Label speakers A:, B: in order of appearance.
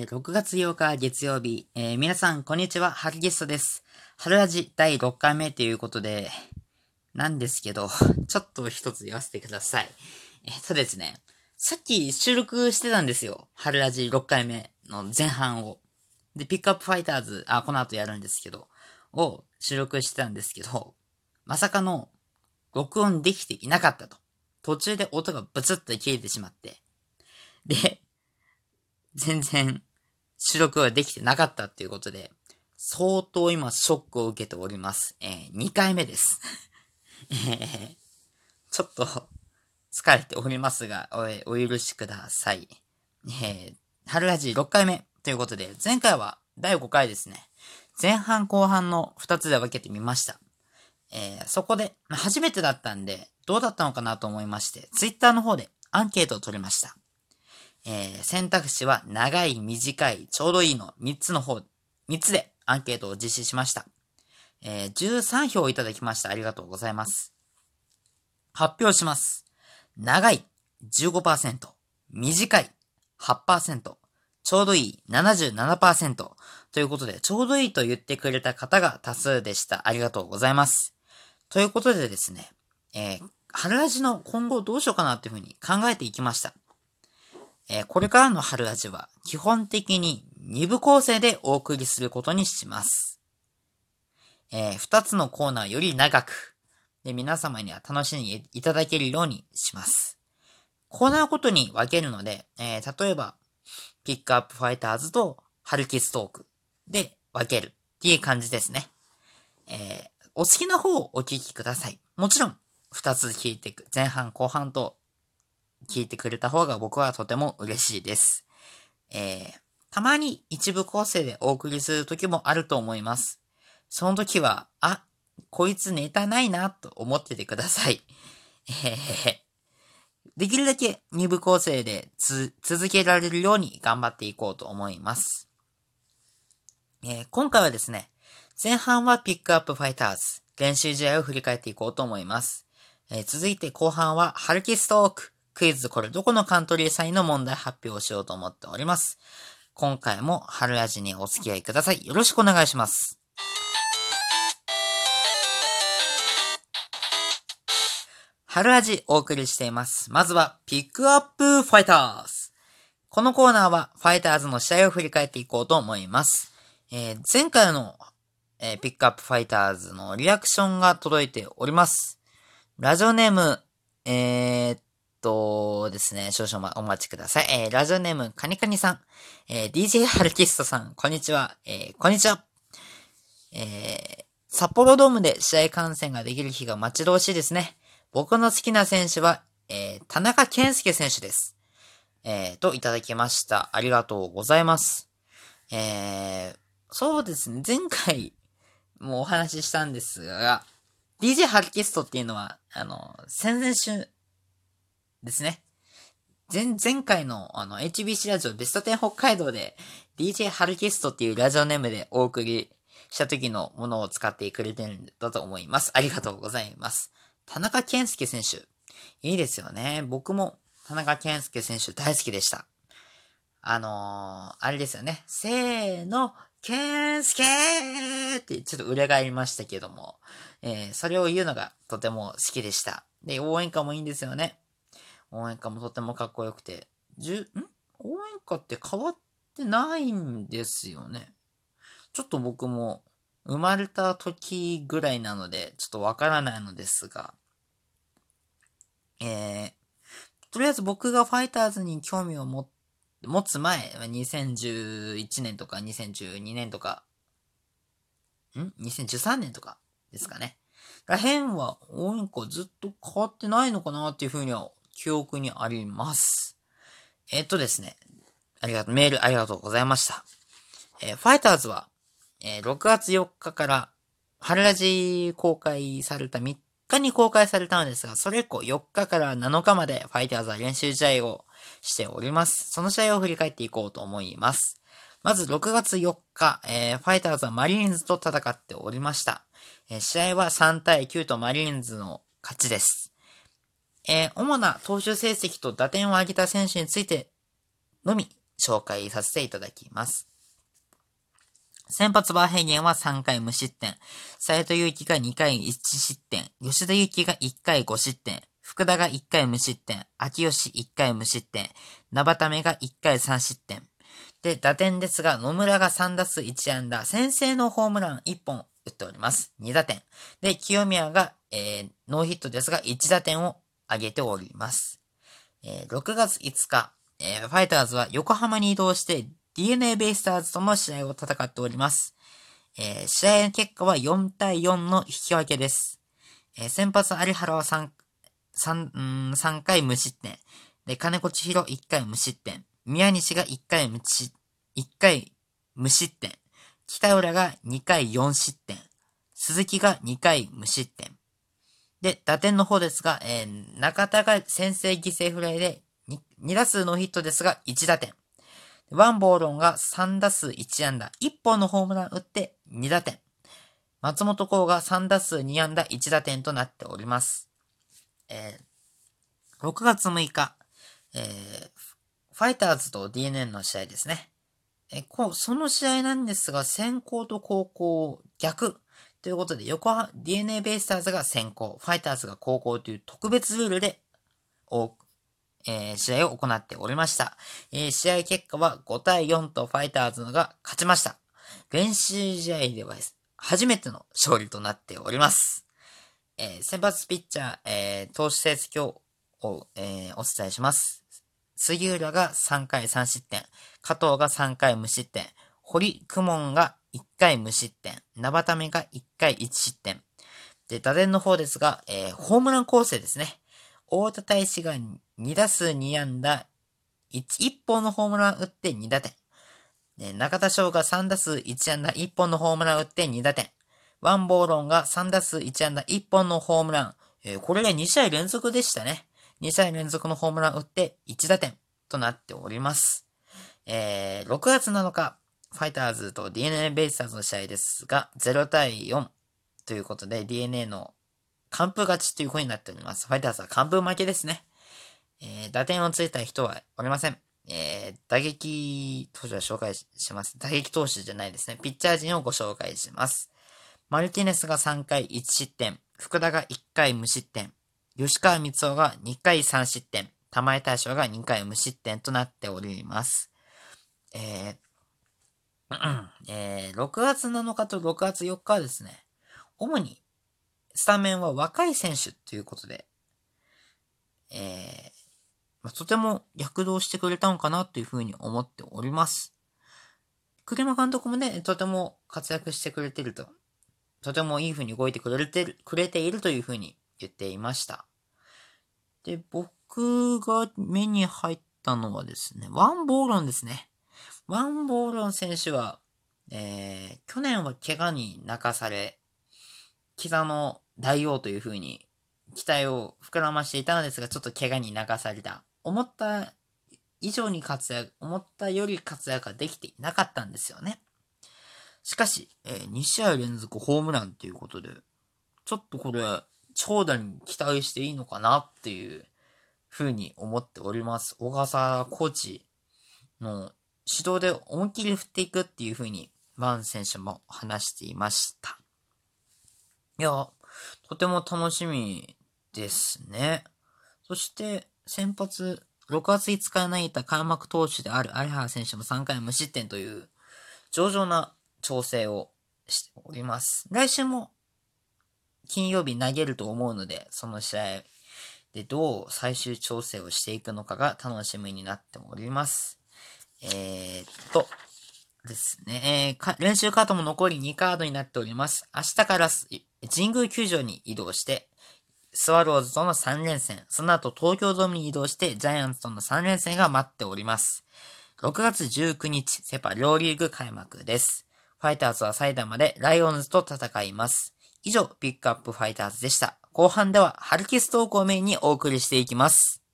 A: 6月8日月曜日、皆さんこんにちは、ハルゲストです。春ラジ第6回目ということで、なんですけど、ちょっと一つ言わせてください。ですね、さっき収録してたんですよ。春ラジ6回目の前半を。で、ピックアップファイターズ、この後やるんですけど、を収録してたんですけど、まさかの録音できていなかったと。途中で音がブツッと消えてしまって。で、全然収録はできてなかったっていうことで、相当今ショックを受けております。2回目です。ちょっと疲れておりますが、お許しください。春ラジ6回目ということで、前回は第5回ですね。前半後半の2つで分けてみました。そこで、初めてだったんで、どうだったのかなと思いまして、Twitter の方でアンケートを取りました。選択肢は長い、短い、ちょうどいいの3つでアンケートを実施しました。13票いただきました。ありがとうございます。発表します。長い 15%、短い 8%、ちょうどいい 77% ということで、ちょうどいいと言ってくれた方が多数でした。ありがとうございます。ということでですね、春ラジの今後どうしようかなっていうふうに考えていきました。これからの春ラジは基本的に2部構成でお送りすることにします。2つのコーナーより長く、で皆様には楽しんでいただけるようにします。コーナーごとに分けるので、例えば、ピックアップファイターズと春キストークで分けるっていう感じですね。お好きな方をお聞きください。もちろん、2つ聞いていく、前半後半と聞いてくれた方が僕はとても嬉しいです。たまに一部構成でお送りする時もあると思います。その時は、こいつネタないなと思っててください。できるだけ二部構成で続けられるように頑張っていこうと思います。今回はですね、前半はピックアップファイターズ、練習試合を振り返っていこうと思います。続いて後半は春キストーク、クイズこれどこのカントリー祭の問題発表をしようと思っております。今回も春ラジにお付き合いください。よろしくお願いします。春ラジお送りしています。まずはピックアップファイターズ。このコーナーはファイターズの試合を振り返っていこうと思います。前回の、ピックアップファイターズのリアクションが届いております。ラジオネーム、ですね、少々お待ちください。ラジオネーム、カニカニさん。DJ ハルキストさん、こんにちは。こんにちは。札幌ドームで試合観戦ができる日が待ち遠しいですね。僕の好きな選手は、田中健介選手です。といただきました。ありがとうございます。そうですね、前回もお話ししたんですが、DJ ハルキストっていうのは、先々週ですね。前回のHBC ラジオベスト10北海道で DJ ハルキストっていうラジオネームでお送りした時のものを使ってくれてるんだと思います。ありがとうございます。田中健介選手。いいですよね。僕も田中健介選手大好きでした。あれですよね。せーの、健介ってちょっと裏返りましたけども、それを言うのがとても好きでした。で、応援歌もいいんですよね。応援歌もとてもかっこよくて、応援歌って変わってないんですよね。ちょっと僕も生まれた時ぐらいなので、ちょっとわからないのですが、とりあえず僕がファイターズに興味を持つ前、2011年とか2012年とか、2013年とかですかね。らへんは応援歌ずっと変わってないのかなっていうふうには記憶にあります。ですね。メールありがとうございました。ファイターズは、6月4日から春ラジ公開された3日に公開されたのですが、それ以降4日から7日までファイターズは練習試合をしております。その試合を振り返っていこうと思います。まず6月4日、ファイターズはマリーンズと戦っておりました。試合は3対9とマリーンズの勝ちです。主な投手成績と打点を挙げた選手についてのみ紹介させていただきます。先発バーヘイゲンは3回無失点。斉藤祐樹が2回1失点。吉田祐樹が1回5失点。福田が1回無失点。秋吉1回無失点。名畑目が1回3失点。で、打点ですが、野村が3打数1安打。先制のホームラン1本打っております。2打点。で、清宮が、ノーヒットですが、1打点を挙げております。6月5日、ファイターズは横浜に移動して、DNA ベイスターズとの試合を戦っております。試合結果は4対4の引き分けです。先発有原は3回無失点。で、金子千尋1回無失点。宮西が1回無失点。北浦が2回4失点。鈴木が2回無失点。で、打点の方ですが、中田が先制犠牲フライで 2打数ノーヒットですが1打点。ワンボーロンが3打数1安打。1本のホームラン打って2打点。松本幸が3打数2安打1打点となっております。6月6日、ファイターズと DNA の試合ですね。その試合なんですが、先行と後攻逆ということで、DNA ベイスターズが先行、ファイターズが後攻という特別ルールで、試合を行っておりました。試合結果は5対4とファイターズが勝ちました。練習試合では初めての勝利となっております。先発ピッチャー、投手成績をお伝えします。杉浦が3回3失点、加藤が3回無失点、堀公文が1回無失点、名畑目が1回1失点。で、打点の方ですが、ホームラン構成ですね。大田大志が2打数2安打、1本のホームラン打って2打点。中田翔が3打数1安打、1本のホームラン打って2打点。ワンボーロンが3打数1安打、1本のホームラン。これが2試合連続でしたね。2試合連続のホームラン打って1打点となっております。6月7日、ファイターズと DNA ベイスターズの試合ですが、0対4ということで DNA の完封勝ちということになっております。ファイターズは完封負けですね。打点をついた人はおりません。打撃投手は紹介します。打撃投手じゃないですね。ピッチャー陣をご紹介します。マルティネスが3回1失点。福田が1回無失点。吉川光夫が2回3失点。玉井大将が2回無失点となっております。6月7日と6月4日はですね、主にスタメンは若い選手ということで、とても躍動してくれたのかなというふうに思っております。栗山監督もね、とても活躍してくれていると、とてもいいふうに動いてくれているというふうに言っていました。で、僕が目に入ったのはですね、ワンボーロンですね。ワンボーロン選手は、去年は怪我に泣かされ、膝の大王というふうに期待を膨らましていたのですが、ちょっと怪我に泣かされた。思ったより活躍ができていなかったんですよね。しかし、2試合連続ホームランということで、ちょっとこれ、長打に期待していいのかなっていうふうに思っております。小笠コーチの指導で思いっきり振っていくっていうふうに、バン選手も話していました。いや、とても楽しみですね。そして、先発、6月5日に投げた開幕投手である有原選手も3回無失点という、上々な調整をしております。来週も、金曜日投げると思うので、その試合でどう最終調整をしていくのかが楽しみになっております。ですね。練習カードも残り2カードになっております。明日から神宮球場に移動して、スワローズとの3連戦、その後東京ドームに移動してジャイアンツとの3連戦が待っております。6月19日、セパ両リーグ開幕です。ファイターズは埼玉でライオンズと戦います。以上、ピックアップファイターズでした。後半ではハルキストークをメインにお送りしていきます。